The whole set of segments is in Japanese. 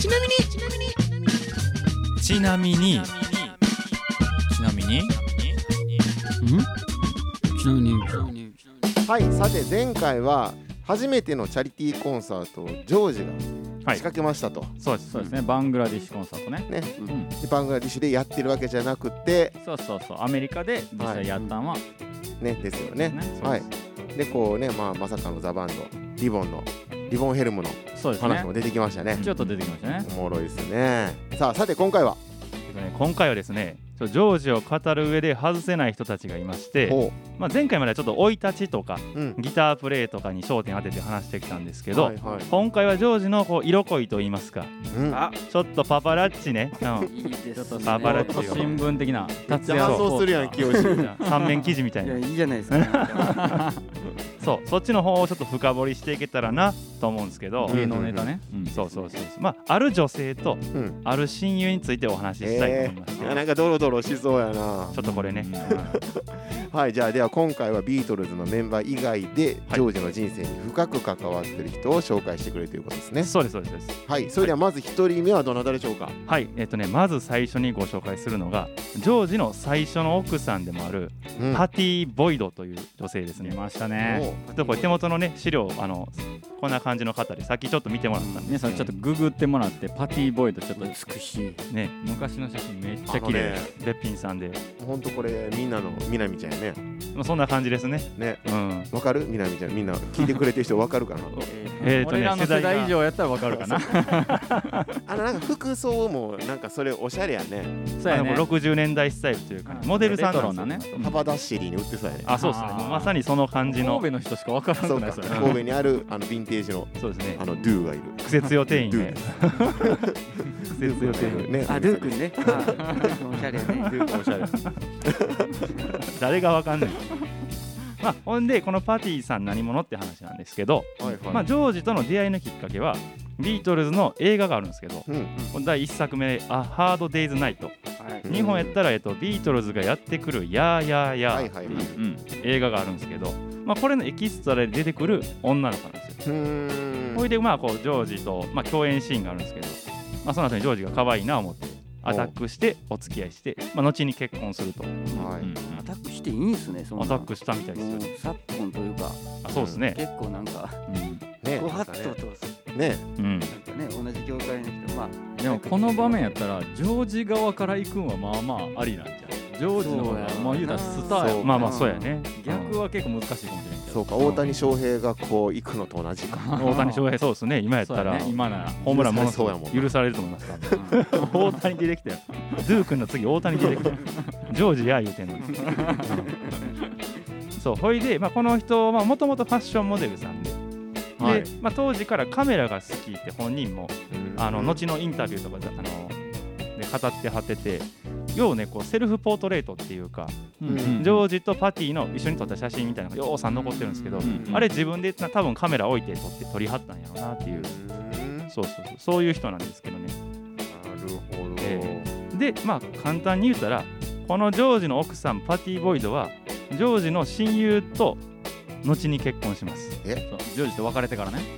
はい、さて前回は初めてのチャリティーコンサートをジョージが仕掛けましたと、 そうですね、バングラディッシュコンサートね。 でバングラディッシュでやってるわけじゃなくて、 そうアメリカで実際やったんは、 ですよね。はい。でこうね、まさかのザ・バンドリボンヘルムの話も出てきましたね。 ちょっと出てきましたね。 おもろいですね。さて今回はですね、ジョージを語る上で外せない人たちがいまして、前回まではちょっと生い立ちとか、ギタープレイとかに焦点当てて話してきたんですけど、今回はジョージのこう色恋といいますか、ちょっとパパラッチね、 いいですね。 パパラッチ新聞的な達也そうするやん、清三面記事みたいな。 いいじゃないですか。 そっちの方をちょっと深掘りしていけたらなと思うんですけど、 芸能ネタね。 そうある女性とある親友についてお話ししたいと思います。 なんかドロドロしそうやな。ちょっとこれね。 はい、じゃあでは今回はビートルズのメンバー以外でジョージの人生に深く関わっている人を紹介してくれるということですね。 そうです。 はい、それではまず1人目はどなたでしょうか。 はい、まず最初にご紹介するのがジョージの最初の奥さんでもあるパティ・ボイドという女性ですね。 出ましたね。 これ手元のね資料こんな感じの方でさっきちょっと見てもらったんで、 皆さんちょっとググってもらって、パティ・ボイドちょっと美しいね、昔の写真めっちゃ綺麗、べっぴんさんで、 ほんとこれみんなのみなみちゃんやね。 そんな感じですね。 わかる？みなみちゃん、みんな聞いてくれてる人わかるかな？ 俺らの世代以上やったらわかるかな。 なんか服装もなんかそれおしゃれやね。 そうやね。60年代スタイルというかモデルさんなんですよね。 ハバダッシェリーに売ってそうやね。 そうですね。まさにその感じの。 神戸の人しかわからないですよね。 神戸にあるヴィンテージのそうですね。 ドゥがいる。 クセ強店員ね。 クセ強店員ね。 ドゥ君ね。おしゃれね。 ドゥおしゃれ。 誰がわかんない。ほんでこのパティさん何者って話なんですけど、ジョージとの出会いのきっかけはビートルズの映画があるんですけど、第1作目A Hard Day's Night、日本やったらビートルズがやってくるやーやーやーっていう映画があるんですけど、これのエキストラで出てくる女の子なんですよ。ほいでこうジョージと共演シーンがあるんですけど、その後にジョージが可愛いなと思ってアタックしてお付き合いして、後に結婚すると。 アタックしていいんですね。 アタックしたみたいですよ。 昨今というか、 そうですね。 結構なんかご法度とね、 なんかね、同じ業界の人、 でもこの場面やったらジョージ側から行くんはまあまあありなんじゃん。ジョージの方が言うたらスターや。 そうやね。 逆は結構難しいかもしれんけど。 そうか、大谷翔平がこう行くのと同じか。 大谷翔平そうですね。今やったら今ならホームランものすごい許されると思いますから。大谷出てきたよ。ドゥー君の次大谷出てきたよ。ジョージや言うてんのに。そう、ほいでこの人もともとファッションモデルさんで。当時からカメラが好きって本人も後のインタビューとかで語ってはってて、要ねこうセルフポートレートっていうか、ジョージとパティの一緒に撮った写真みたいなのがようさん残ってるんですけど、あれ自分で多分カメラ置いて撮りはったんやろうなっていう、そういう人なんですけどね。 なるほど。 で簡単に言うたら、このジョージの奥さんパティ・ボイドはジョージの親友と後に結婚します。 ジョージと別れてからね。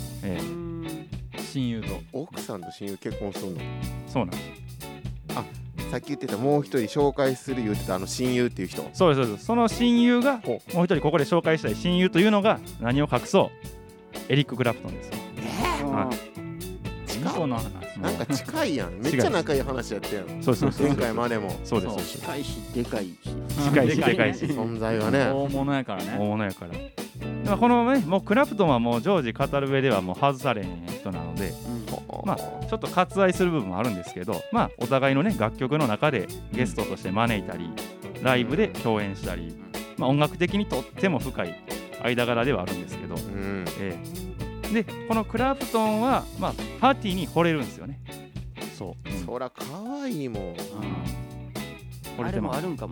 親友と奥さんと親友結婚するの？ そうなんです。 さっき言ってたもう一人紹介する言ってた親友っていう人。 そうです。その親友がもう一人ここで紹介したい親友というのが何を隠そうエリック・クラプトンです。 近いな。なんか近いやん。めっちゃ仲いい話やったやん。そう前回までも。 そうです。 近いしでかいし。 近いしでかいし。 存在はね。 大物やからね。 大物やから。でこのね、もうクラプトンはもうジョージ語る上ではもう外されへん人なので、ちょっと割愛する部分もあるんですけど、お互いのね楽曲の中でゲストとして招いたり、ライブで共演したり、音楽的にとっても深い間柄ではあるんですけど、でこのクラプトンはパーティーに惚れるんですよね。 そら可愛いもん。 あれもあるんか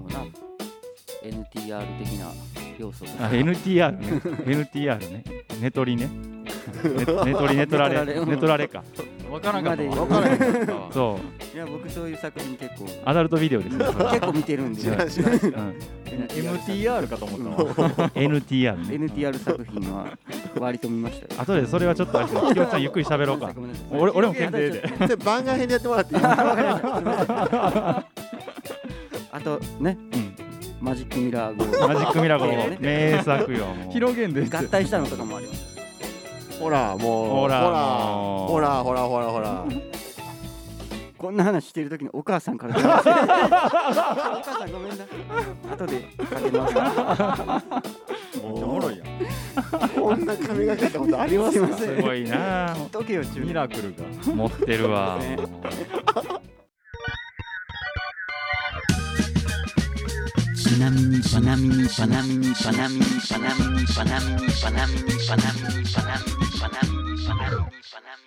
もな。NTR 的な要素。 NTR ね。NTR ね。ネトリね。 ネトラレか分からんかったわ。 分からへんかったわ。 そういや僕そういう作品結構アダルトビデオですね結構見てるんで知らん知らん知らん。 MTR かと思ったわ。 NTR ね NTR 作品は割と見ましたよ。 後でそれはちょっとあれですねきよちゃんゆっくり喋ろうかごめんなさい俺も検定でで番外編でやってもらっていい？ あとねうんマジックミラー号マジックミラーね号名作よもう広げんで合体したのとかもあります。 ほらもうほらほもうらほらこんな話してる時にお母さんから電話してお母さんごめんな後でかけますからめっちゃおもろいやん。 こんな髪がかったことありますか？ すいませんすごいな時計を中ミラクルが。 持ってるわねもうちなみにちなみにちなみにちなみにちなみにちなみにちなみにちなみにちなみにちなみにちなみに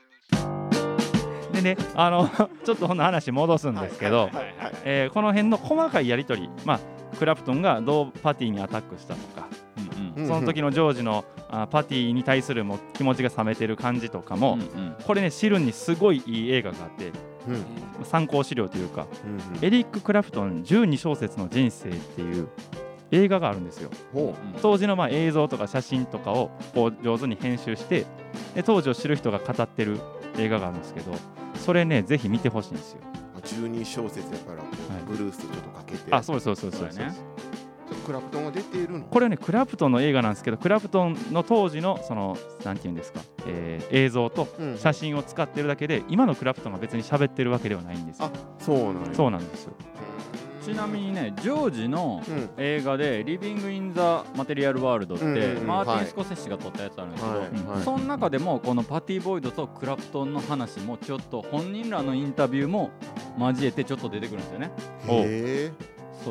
でねちょっとほんの話戻すんですけどこの辺の細かいやり取りクラプトンがどうパティにアタックしたとかその時のジョージのパティに対するも気持ちが冷めてる感じとかもこれね知るにすごいいい映画があって参考資料というかエリック・クラプトン12小節の人生っていう映画があるんですよ。当時の映像とか写真とかをこう上手に編集してで当時を知る人が語ってる映画があるんですけどそれねぜひ見てほしいんですよ。 12小節だからブルースちょっとかけてそうねクラプトンが出ているのこれはねクラプトンの映画なんですけどクラプトンの当時のそのなんていうんですか、映像と写真を使ってるだけで今のクラプトンが別に喋ってるわけではないんですよ。そうなんですよ。 ちなみにねジョージの映画で「リビング・イン・ザ・マテリアル・ワールド」ってマーティン・スコセッシが撮ったやつあるんですけどその中でもこのパティ・ボイドとクラプトンの話もちょっと本人らのインタビューも交えてちょっと出てくるんですよね。 へそう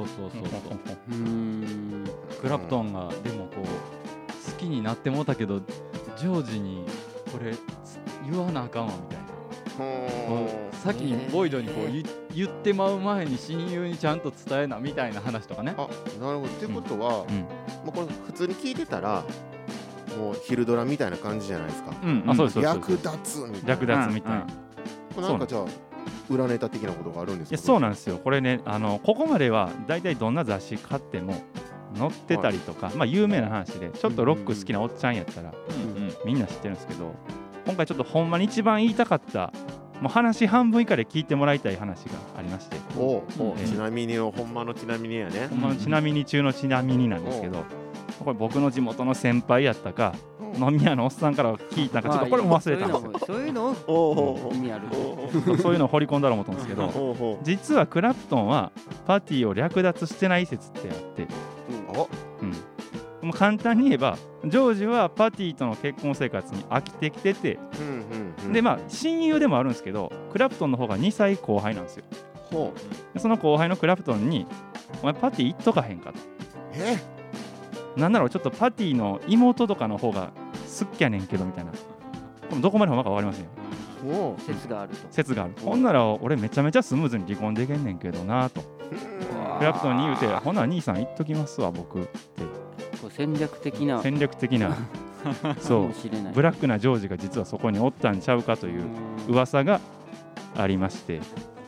クラプトンがでもこう好きになってもうたけどジョージにこれ言わなあかんわみたいな先にボイドにこう言ってまう前に親友にちゃんと伝えなみたいな話とかね。 なるほどってことは、これ普通に聞いてたらもう昼ドラみたいな感じじゃないですか。略奪みたいなこれなんかじゃあ裏ネタ的なことがあるんですか？ いやそうなんですよ。これねここまではだいたいどんな雑誌買っても載ってたりとか、有名な話でちょっとロック好きなおっちゃんやったらみんな知ってるんですけど今回ちょっとほんまに一番言いたかったもう話半分以下で聞いてもらいたい話がありましてちなみにのほんまのちなみにやねほんまのちなみに中のちなみになんですけどこれ僕の地元の先輩やったか飲み屋のおっさんから聞いたかちょっとこれも忘れたんですよ。 そういうのを意味あるそういうのを掘り込んだら思ったんですけど実はクラプトンはパティを略奪してない説ってあってもう簡単に言えばジョージはパティとの結婚生活に飽きてきててで親友でもあるんですけどクラプトンの方が2歳後輩なんですよ。でその後輩のクラプトンにお前パティ行っとかへんかとなんだろうちょっとパティの妹とかの方が好きやねんけどみたいなどこまでほんまか分かりませんよ。説があるほんなら俺めちゃめちゃスムーズに離婚できんねんけどなとクラプトンに言うてほな兄さん言っときますわ僕って戦略的なそうブラックなジョージが実はそこにおったんちゃうかという噂がありまして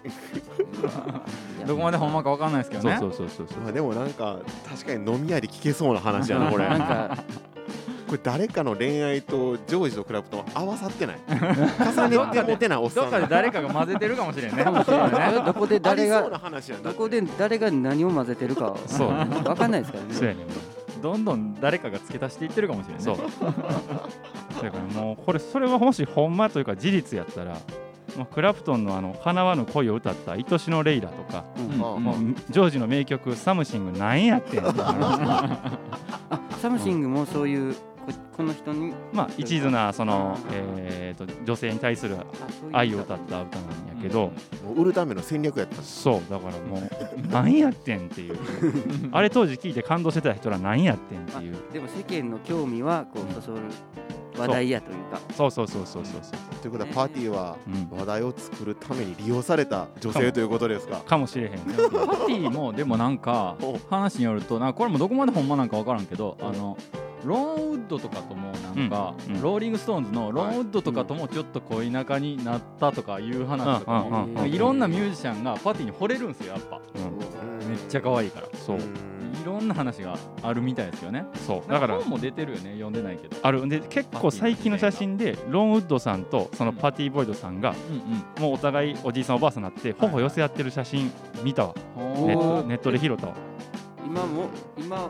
どこまでほんまか分かんないですけどね。 そうでもなんか確かに飲み屋で聞けそうな話やなこれこれ誰かの恋愛とジョージとクラプトン合わさってない重ねてもてないおっさんどっかで誰かが混ぜてるかもしれんねどこで誰が誰が何を混ぜてるか分かんないですからね。 そうやねどんどん誰かが付け足していってるかもしれない。 そうだからもうそれはもしほんまというか事実やったらクラプトンの叶わぬ恋を歌った愛しのレイラとか、もうジョージの名曲サムシングなんやってんサムシングもそういうこの人に一途なその、女性に対する愛を歌った歌なんやけど、 もう売るための戦略やったんです。 そうだからもうなんやってんっていうあれ当時聞いて感動してた人らなんやってんっていうでも世間の興味はこうそそる話題やというかそうということはパーティーは話題を作るために利用された女性ということですか。 かもしれへんね。 パティもでもなんか話によるとこれもどこまでほんまなんか分からんけどローンウッドとかともなんか、ローリングストーンズのローンウッドとかともちょっと恋仲になったとかいう話とかも、いろんなミュージシャンがパティに惚れるんですよやっぱ、めっちゃ可愛いから。そういろんな話があるみたいですよね。そうだから本も出てるよね、読んでないけどあるんで、結構最近の写真でローンウッドさんとそのパティボイドさんがもうお互いおじいさんおばあさんになって頬寄せ合ってる写真見たわ、ネットで拾ったわ。 今、一緒に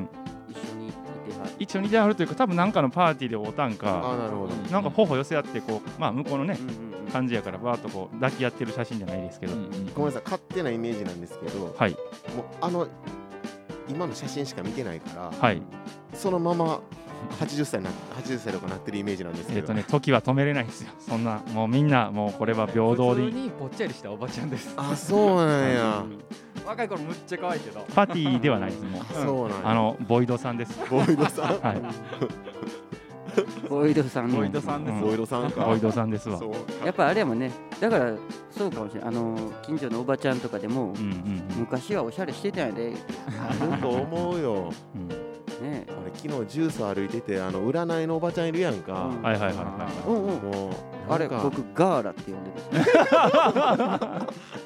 一緒にいてはるというか、多分なんかのパーティーで会うたんか、なんか頬寄せ合ってこう、まあ向こうのね感じやからバーッとこう抱き合ってる写真じゃないですけど、 ごめんなさい、勝手なイメージなんですけど、はい、もう今の写真しか見てないから、はい、そのまま80歳とかなってるイメージなんですけど、 時は止めれないんですよ。そんなもうみんなもうこれは平等で普通にぽっちゃりしたおばちゃんです。 あ、そうなんや。 若い頃むっちゃ可愛いけどパティではないです。もうそうなんや。 ボイドさんです。 ボイドさん、はい、 ボイドさん、 ボイドさんです。 ボイドさんか。 ボイドさんですわ。 やっぱあれやもんね。だからそうかもしれない。近所のおばちゃんとかでも、昔はおしゃれしてたんやで。 あると思うよ。ね、俺昨日ジュース歩いてて占いのおばちゃんいるやんか。 はいはいはいはい。 もうあれ僕ガーラって呼んでる。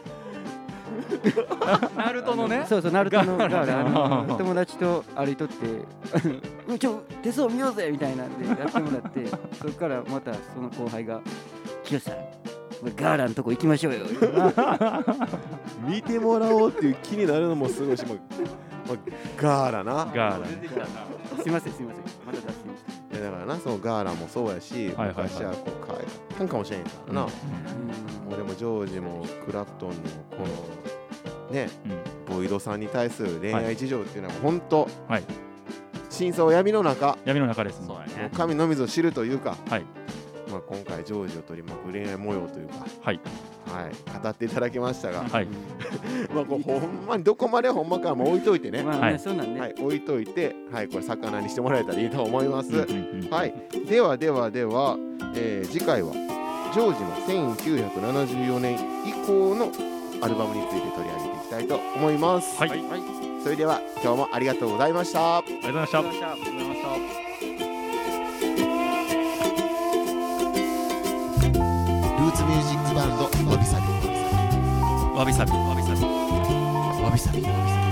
ナルトのね。 そうそう、ナルトのガーラ、友達と歩いとって手相見ようぜみたいなんでやってもらって、そこからまたその後輩がキヨさんガーラのとこ行きましょうよ見てもらおうっていう気になるのもすごいし、ガーラな。 ガーラ。 すいませんまだ出してました。 だからな、そのガーラもそうやし、昔はこう可愛かったんかもしれんからな。もうでもジョージもクラプトンのこのね、ボイドさんに対する恋愛事情っていうのは本当、真相は闇の中ですね。 神のみぞ知るというか、まあ今回ジョージを取り巻く恋愛模様というか、語っていただきましたが、まあこうほんまにどこまでほんまかも置いといてね、置いといて、これ魚にしてもらえたらいいと思います。では次回はジョージの1974年以降のアルバムについて取り上げていきたいと思います。それでは今日もありがとうございました。 ありがとうございました。 ルーツミュージックバンドわびさび。